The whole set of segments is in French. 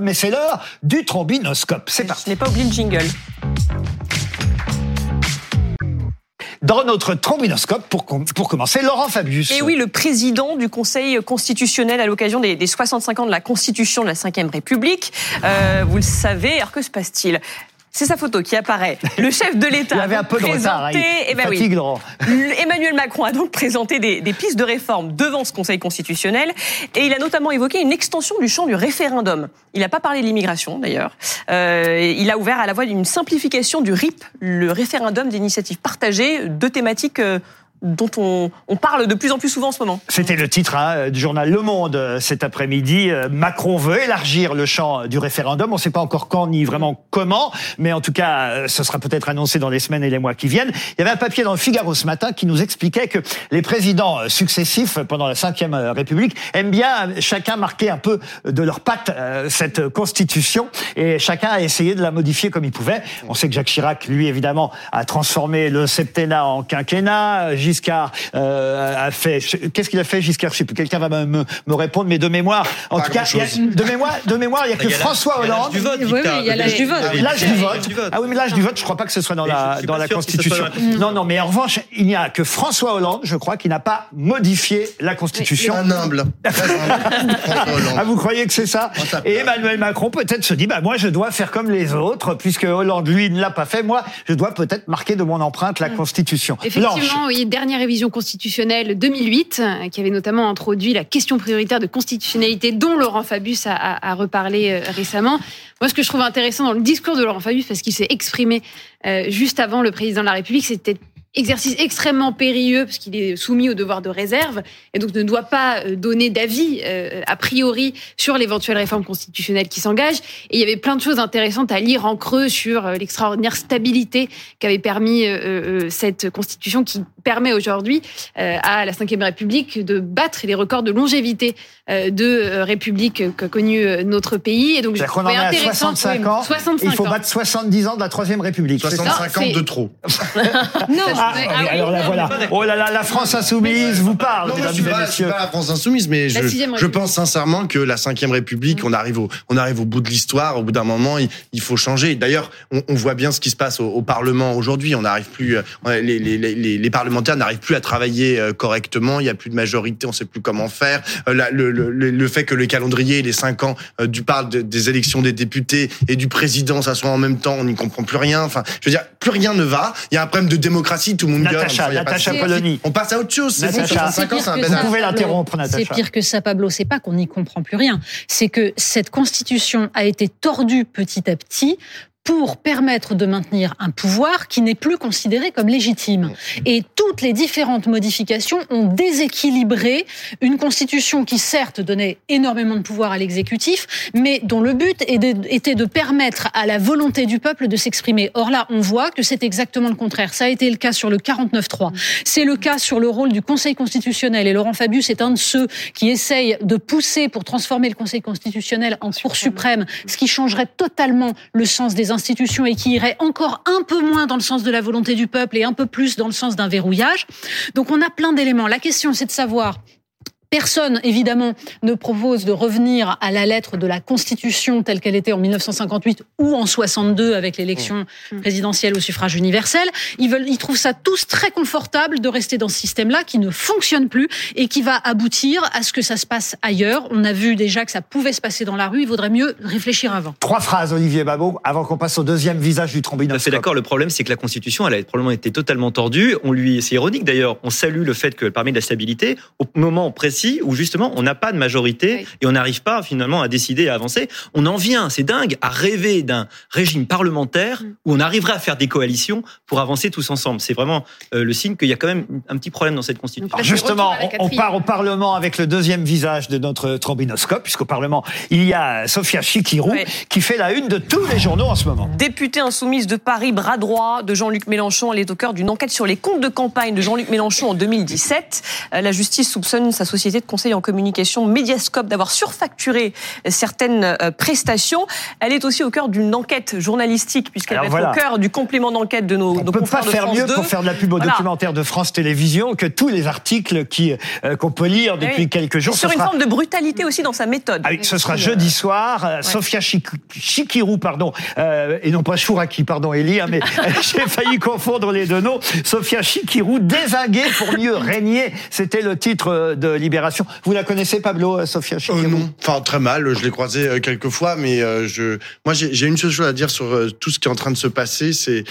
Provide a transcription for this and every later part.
Mais c'est l'heure du trombinoscope. C'est parti. Je n'ai pas oublié le jingle. Dans notre trombinoscope, pour commencer, Laurent Fabius. Et oui, le président du Conseil constitutionnel à l'occasion des 65 ans de la Constitution de la Ve République. Vous le savez, alors que se passe-t-il ? C'est sa photo qui apparaît. Le chef de l'État. Il y avait un peu de retard. Fatigue, Laurent. Emmanuel Macron a donc présenté des pistes de réforme devant ce Conseil constitutionnel. Et il a notamment évoqué une extension du champ du référendum. Il n'a pas parlé de l'immigration, d'ailleurs. Il a ouvert à la voie d'une simplification du RIP, le référendum d'initiative partagée, deux thématiques dont on parle de plus en plus souvent en ce moment. C'était le titre du journal Le Monde cet après-midi. Macron veut élargir le champ du référendum. On ne sait pas encore quand ni vraiment comment, mais en tout cas, ce sera peut-être annoncé dans les semaines et les mois qui viennent. Il y avait un papier dans le Figaro ce matin qui nous expliquait que les présidents successifs pendant la Ve République aiment bien chacun marquer un peu de leur patte cette constitution, et chacun a essayé de la modifier comme il pouvait. On sait que Jacques Chirac, lui, évidemment, a transformé le septennat en quinquennat. Giscard a fait... Qu'est-ce qu'il a fait, Giscard ? Je sais plus, quelqu'un va me répondre, mais de mémoire... En tout cas, de mémoire, il y a que François Hollande... Il y a l'âge du vote. L'âge du vote. Ah oui, mais l'âge du vote, je crois pas que ce soit dans la Constitution. Non, mais en revanche, il n'y a que François Hollande, je crois, qui n'a pas modifié la Constitution. Un humble. Ah, vous croyez que c'est ça ? Et Emmanuel Macron peut-être se dit, moi, je dois faire comme les autres, puisque Hollande, lui, ne l'a pas fait. Moi, je dois peut-être marquer de mon empreinte la Constitution. Effectivement, oui. Dernière révision constitutionnelle 2008, qui avait notamment introduit la question prioritaire de constitutionnalité dont Laurent Fabius a reparlé récemment. Moi, ce que je trouve intéressant dans le discours de Laurent Fabius, parce qu'il s'est exprimé juste avant le président de la République, c'était exercice extrêmement périlleux parce qu'il est soumis au devoir de réserve et donc ne doit pas donner d'avis a priori sur l'éventuelle réforme constitutionnelle qui s'engage. Et il y avait plein de choses intéressantes à lire en creux sur l'extraordinaire stabilité qu'avait permis cette constitution qui permet aujourd'hui à la Ve République de battre les records de longévité de République qu'a connu notre pays. Et donc je trouvais intéressant. 65 ans, 65 il faut battre 70 ans de la Troisième République. 65 ans de trop. Non. Alors là, voilà. Oh là là, la France insoumise vous parle, non, mesdames et messieurs. Je suis pas la France insoumise, mais je pense sincèrement que la Ve République, on arrive au bout de l'histoire. Au bout d'un moment, il faut changer. D'ailleurs, on voit bien ce qui se passe au Parlement aujourd'hui. On n'arrive plus, les parlementaires n'arrivent plus à travailler correctement. Il y a plus de majorité, on sait plus comment faire. Le fait que le calendrier, les 5 ans, parle des élections des députés et du président, ça soit en même temps, on n'y comprend plus rien. Enfin, je veux dire, plus rien ne va. Il y a un problème de démocratie. Tout le monde Natacha Polony. On passe à autre chose. C'est bon, 65 ans, c'est un Vous pouvez l'interrompre, Natacha. C'est pire que ça, Pablo. C'est pas qu'on n'y comprend plus rien. C'est que cette constitution a été tordue petit à petit pour permettre de maintenir un pouvoir qui n'est plus considéré comme légitime. Et toutes les différentes modifications ont déséquilibré une constitution qui, certes, donnait énormément de pouvoir à l'exécutif, mais dont le but était de permettre à la volonté du peuple de s'exprimer. Or là, on voit que c'est exactement le contraire. Ça a été le cas sur le 49.3. C'est le cas sur le rôle du Conseil constitutionnel. Et Laurent Fabius est un de ceux qui essayent de pousser pour transformer le Conseil constitutionnel en Cour suprême, ce qui changerait totalement le sens des institutions et qui irait encore un peu moins dans le sens de la volonté du peuple et un peu plus dans le sens d'un verrouillage. Donc on a plein d'éléments. La question, c'est de savoir... Personne, évidemment, ne propose de revenir à la lettre de la Constitution telle qu'elle était en 1958 ou en 62 avec l'élection présidentielle au suffrage universel. Ils trouvent ça tous très confortable de rester dans ce système-là qui ne fonctionne plus et qui va aboutir à ce que ça se passe ailleurs. On a vu déjà que ça pouvait se passer dans la rue. Il vaudrait mieux réfléchir avant. 3 phrases, Olivier Babot, avant qu'on passe au deuxième visage du trombinoscope. C'est d'accord. Le problème, c'est que la Constitution, elle a probablement été totalement tordue. C'est ironique d'ailleurs. On salue le fait qu'elle permet de la stabilité au moment précis où justement on n'a pas de majorité et on n'arrive pas finalement à décider et à avancer. On en vient, c'est dingue, à rêver d'un régime parlementaire où on arriverait à faire des coalitions pour avancer tous ensemble. C'est vraiment le signe qu'il y a quand même un petit problème dans cette Constitution. Alors justement, on part au Parlement avec le deuxième visage de notre trombinoscope, puisqu'au Parlement, il y a Sophia Chikirou qui fait la une de tous les journaux en ce moment. Députée insoumise de Paris, bras droit de Jean-Luc Mélenchon, elle est au cœur d'une enquête sur les comptes de campagne de Jean-Luc Mélenchon en 2017. La justice soupçonne sa société société de conseil en communication Mediascope d'avoir surfacturé certaines prestations. Elle est aussi au cœur d'une enquête journalistique, puisqu'elle va être au cœur du complément d'enquête de nos confrères de France 2. On ne peut pas faire mieux pour faire de la pub au documentaire de France Télévisions que tous les articles qu'on peut lire depuis quelques jours. Sur une forme de brutalité aussi dans sa méthode. Ah oui, ce sera jeudi soir. Sophia Chikirou, et non pas Chouraki, Elie, mais j'ai failli confondre les deux noms. Sophia Chikirou, dézinguée pour mieux régner. C'était le titre de Libération. Vous la connaissez, Pablo, Sophia Chikirou? Non. Enfin, très mal. Je l'ai croisée quelques fois, mais moi, j'ai une seule chose à dire sur tout ce qui est en train de se passer, c'est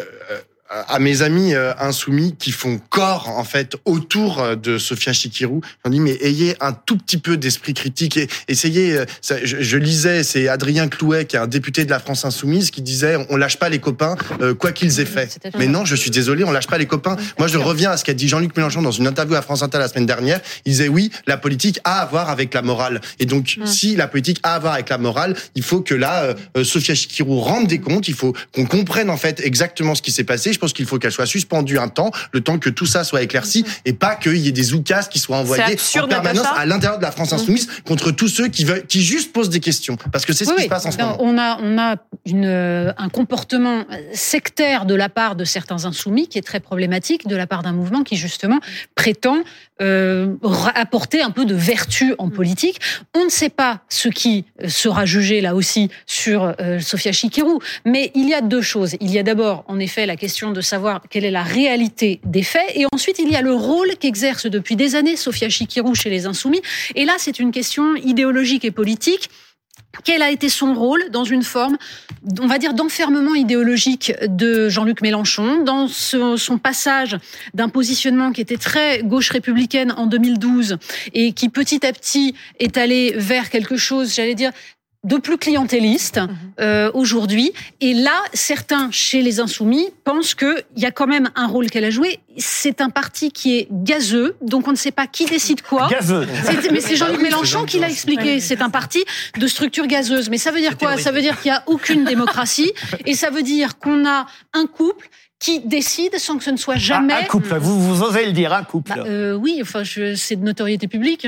à mes amis insoumis qui font corps en fait autour de Sophia Chikirou, on dit mais ayez un tout petit peu d'esprit critique et essayez. Je lisais, c'est Adrien Clouet qui est un député de la France insoumise qui disait on lâche pas les copains quoi qu'ils aient fait. Mais non, je suis désolé, on lâche pas les copains. Moi, je reviens à ce qu'a dit Jean-Luc Mélenchon dans une interview à France Inter la semaine dernière. Il disait oui, la politique a à voir avec la morale. Et donc si la politique a à voir avec la morale, il faut que là Sophia Chikirou rende des comptes. Il faut qu'on comprenne en fait exactement ce qui s'est passé. Je pense qu'il faut qu'elle soit suspendue un temps, le temps que tout ça soit éclairci, et pas qu'il y ait des oukas qui soient envoyés en permanence à l'intérieur de la France insoumise contre tous ceux qui juste posent des questions. Parce que c'est ce qui se passe en ce moment. On a un comportement sectaire de la part de certains insoumis qui est très problématique, de la part d'un mouvement qui justement prétend apporter un peu de vertu en politique. On ne sait pas ce qui sera jugé là aussi sur Sophia Chikirou, mais il y a deux choses. Il y a d'abord, en effet, la question de savoir quelle est la réalité des faits, et ensuite il y a le rôle qu'exerce depuis des années Sophia Chikirou chez les Insoumis. Et là, c'est une question idéologique et politique. Quel a été son rôle dans une forme, on va dire, d'enfermement idéologique de Jean-Luc Mélenchon, dans son passage d'un positionnement qui était très gauche républicaine en 2012 et qui petit à petit est allé vers quelque chose, j'allais dire, de plus clientéliste aujourd'hui. Et là, certains chez les Insoumis pensent qu'il y a quand même un rôle qu'elle a joué. C'est un parti qui est gazeux, donc on ne sait pas qui décide quoi. Gazeux. Mais c'est Jean-Luc Mélenchon qui l'a expliqué. C'est un parti de structure gazeuse. Mais ça veut dire quoi? Ça veut dire qu'il n'y a aucune démocratie, et ça veut dire qu'on a un couple qui décide sans que ce ne soit jamais... un couple, vous osez le dire, un couple. Oui, enfin, c'est de notoriété publique.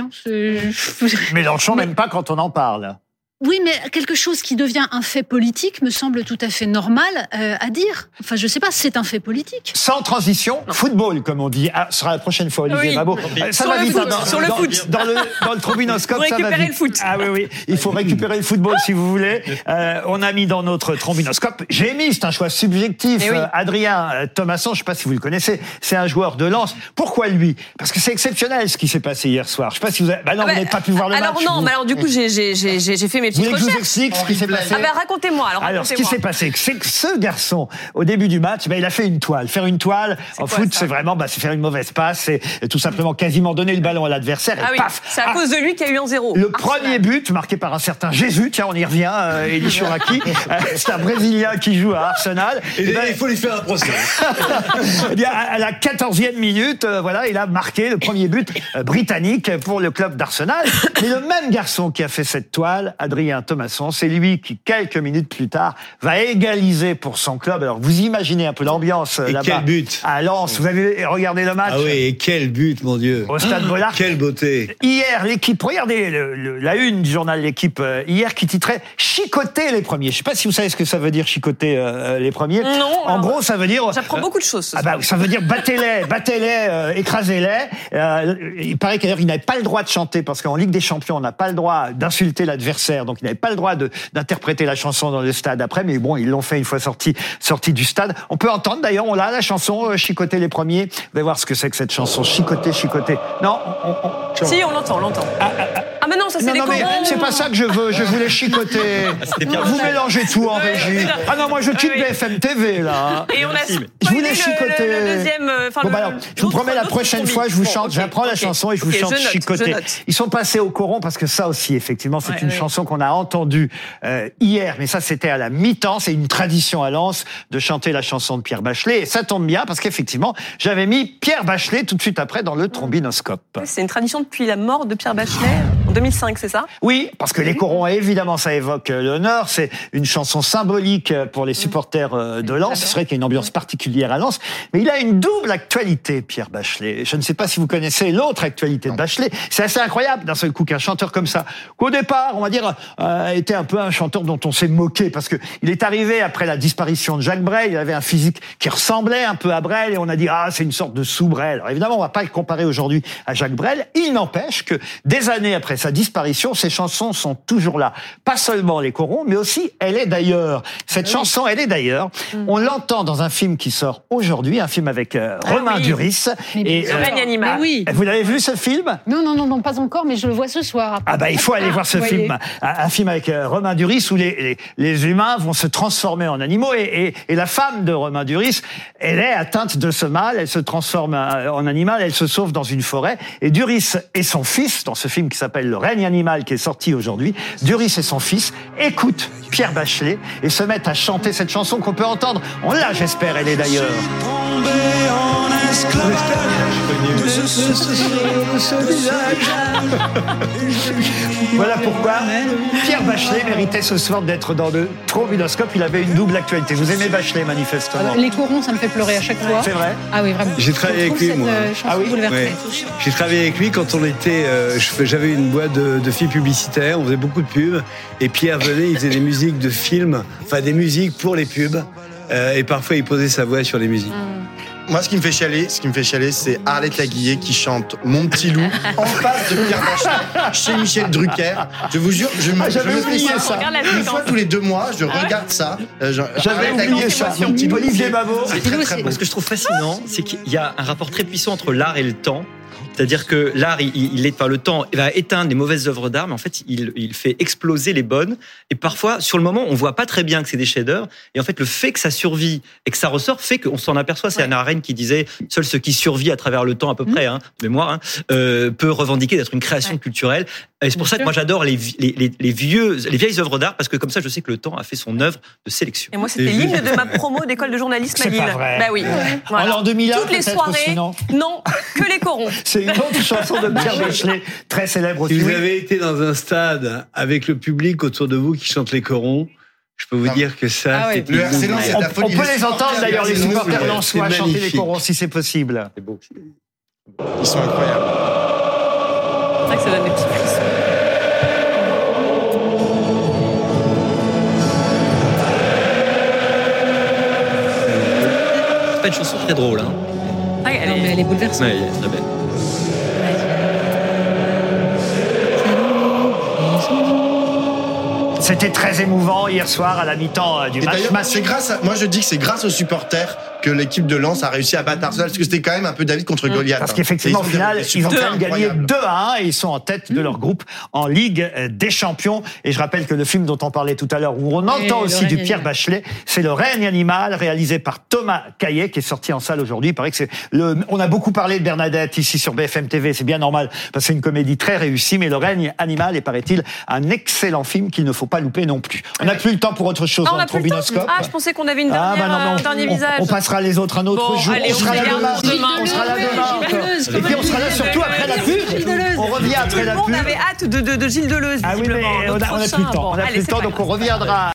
Mélenchon n'aime pas quand on en parle. Oui, mais quelque chose qui devient un fait politique me semble tout à fait normal à dire. Enfin, je sais pas, c'est un fait politique. Sans transition, football, comme on dit. Ce sera la prochaine fois, Olivier Mabo. Ça va vite. Sur le foot. Dans le trombinoscope, ça va vite. Récupérer le foot. Ah oui. Il faut récupérer le football si vous voulez. On a mis dans notre trombinoscope, j'ai mis, c'est un choix subjectif, Adrien Thomasson, je sais pas si vous le connaissez, c'est un joueur de Lens. Pourquoi lui? Parce que c'est exceptionnel ce qui s'est passé hier soir. Je sais pas si vous avez... vous n'avez pas pu voir le match. Alors du coup, j'ai fait mes vous voulez que je vous explique ce qui s'est passé? Racontez-moi. Alors, ce qui s'est passé, c'est que ce garçon, au début du match, il a fait une toile. Faire une toile, en foot, c'est vraiment, c'est faire une mauvaise passe, c'est tout simplement quasiment donner le ballon à l'adversaire et paf! C'est à cause de lui qu'il y a eu un 0. Le premier but, marqué par un certain Jésus, tiens, on y revient, Elie Chouraki, c'est un Brésilien qui joue à Arsenal. Il faut lui faire un procès. Eh bien, à la 14e minute, il a marqué le premier but britannique pour le club d'Arsenal. Mais le même garçon qui a fait cette toile, Adrien Thomasson, c'est lui qui, quelques minutes plus tard, va égaliser pour son club. Alors, vous imaginez un peu l'ambiance là-bas. Quel but! À Lens. Vous avez regardé le match? Ah oui, et quel but, mon Dieu! Au stade Bollard. Quelle beauté! Hier, l'équipe, regardez la une du journal L'équipe hier qui titrait chicoter les premiers. Je sais pas si vous savez ce que ça veut dire chicoter les premiers. Non. En gros, ça veut dire. J'apprends beaucoup de choses. Ça veut dire battez-les, écrasez-les. Il paraît qu'ailleurs il n'avait pas le droit de chanter parce qu'en Ligue des Champions on n'a pas le droit d'insulter l'adversaire, donc il n'avait pas le droit d'interpréter la chanson dans le stade après. Mais bon, ils l'ont fait une fois sorti du stade. On peut entendre d'ailleurs, on l'a la chanson chicoter les premiers. Vous allez voir ce que c'est que cette chanson chicoter. Non. Si, on l'entend. Ah mais non, ça c'est des corons. C'est pas ça que je veux. Je voulais chicoter. Vous mélangez tout en régie. Ah non, moi je quitte BFM TV là. Et on a je voulais chicoter. Le deuxième. Je vous promets la prochaine fois, je vous chante. J'apprends la chanson et je vous chante chicoter. Ils sont passés au coron parce que ça aussi, effectivement, c'est une chanson qu'on a entendue hier. Mais ça, c'était à la mi-temps. C'est une tradition à Lens de chanter la chanson de Pierre Bachelet. Et ça tombe bien parce qu'effectivement, j'avais mis Pierre Bachelet tout de suite après dans le trombinoscope. C'est une tradition depuis la mort de Pierre Bachelet. 2005, c'est ça? Oui, parce que les corons, évidemment, ça évoque le Nord. C'est une chanson symbolique pour les supporters de Lens. C'est vrai qu'il y a une ambiance particulière à Lens. Mais il a une double actualité, Pierre Bachelet. Je ne sais pas si vous connaissez l'autre actualité de Bachelet. C'est assez incroyable, d'un seul coup, qu'un chanteur comme ça, qu'au départ, on va dire, était un peu un chanteur dont on s'est moqué, parce que il est arrivé après la disparition de Jacques Brel. Il avait un physique qui ressemblait un peu à Brel, et on a dit, c'est une sorte de sous-Brel. Alors évidemment, on va pas le comparer aujourd'hui à Jacques Brel. Il n'empêche que des années après sa disparition, ses chansons sont toujours là. Pas seulement Les Corons, mais aussi Elle est d'ailleurs. Cette chanson, Elle est d'ailleurs, on l'entend dans un film qui sort aujourd'hui, un film avec Romain Duris. Et Règne animal. Oui. Vous l'avez vu ce film? Non, pas encore, mais je le vois ce soir. Il faut aller voir ce film. Un film avec Romain Duris où les humains vont se transformer en animaux, et la femme de Romain Duris, elle est atteinte de ce mal, elle se transforme en animal, elle se sauve dans une forêt, et Duris et son fils, dans ce film qui s'appelle Le Règne animal, qui est sorti aujourd'hui, Duris et son fils écoutent Pierre Bachelet et se mettent à chanter cette chanson qu'on peut entendre. On l'a, j'espère, Elle est d'ailleurs. Voilà pourquoi Pierre Bachelet méritait ce soir d'être dans le Trombinoscope. Il avait une double actualité. Vous aimez Bachelet, manifestement? Alors, Les Corons, ça me fait pleurer à chaque fois. C'est vrai? Ah oui, vraiment. J'ai travaillé avec lui, moi. J'ai travaillé avec lui quand on était... j'avais une boîte de films publicitaires, on faisait beaucoup de pubs, et Pierre venait, il faisait des musiques de films, enfin des musiques pour les pubs, et parfois il posait sa voix sur les musiques. Moi, ce qui me fait chialer, c'est Arlette Laguillet qui chante Mon petit loup en face de Pierre Bachelet chez Michel Drucker. Je vous jure, je me fais ça. Une fois tous les 2 mois, je regarde ça. J'avais oublié ça. Olivier Babot. C'est très beau. Ce que je trouve fascinant, c'est qu'il y a un rapport très puissant entre l'art et le temps. C'est-à-dire que l'art, le temps va éteindre les mauvaises œuvres d'art, mais en fait, il fait exploser les bonnes. Et parfois, sur le moment, on voit pas très bien que c'est des chefs-d'œuvre. Et en fait, le fait que ça survit et que ça ressort fait qu'on s'en aperçoit. C'est Hannah Arendt qui disait, seul ce qui survit à travers le temps à peu près, de mémoire, peut revendiquer d'être une création culturelle. Et c'est pour ça que moi j'adore les vieilles œuvres d'art, parce que comme ça, je sais que le temps a fait son œuvre de sélection. Et moi, c'était l'hymne de ma promo d'école de journalisme à Lille. C'est pas vrai. Bah oui. Voilà. En 2001, toutes les soirées, non, que Les Corons. C'est une autre chanson de Pierre Bachelet, très célèbre aussi. Si vous avez été dans un stade avec le public autour de vous qui chante Les Corons, je peux vous dire que ça, c'est le RC Lens, c'est de la folie. On peut les entendre d'ailleurs, les supporters lensois chanter Les Corons, si c'est possible. C'est beau. Ils sont incroyables. C'est vrai que ça donne des petits frissons. C'est pas une chanson très drôle, hein. Mais elle est bouleversante. Ouais, elle est très belle. C'était très émouvant hier soir à la mi-temps du match. Moi je dis que c'est grâce aux supporters que l'équipe de Lens a réussi à battre Arsenal, parce que c'était quand même un peu David contre Goliath. Parce qu'effectivement, au final, ils ont quand même gagné 2-1 et ils sont en tête de leur groupe en Ligue des Champions. Et je rappelle que le film dont on parlait tout à l'heure, où on entend aussi du Pierre Bachelet, c'est Le Règne animal, réalisé par Thomas Caillet, qui est sorti en salle aujourd'hui. Il paraît que on a beaucoup parlé de Bernadette ici sur BFM TV, c'est bien normal, parce que c'est une comédie très réussie, mais Le Règne animal est, paraît-il, un excellent film qu'il ne faut pas louper non plus. On n'a plus le temps pour autre chose dans le Trombinoscope. Je pensais qu'on avait une dernière, dernier visage. On passera les autres un autre jour. Allez, on sera là demain. On sera là demain. Et puis on sera là surtout après la pub. On revient après la pub. Tout le monde avait hâte de Gilles Deleuze. Ah oui, mais on n'a plus le temps. On n'a plus le temps, donc on reviendra.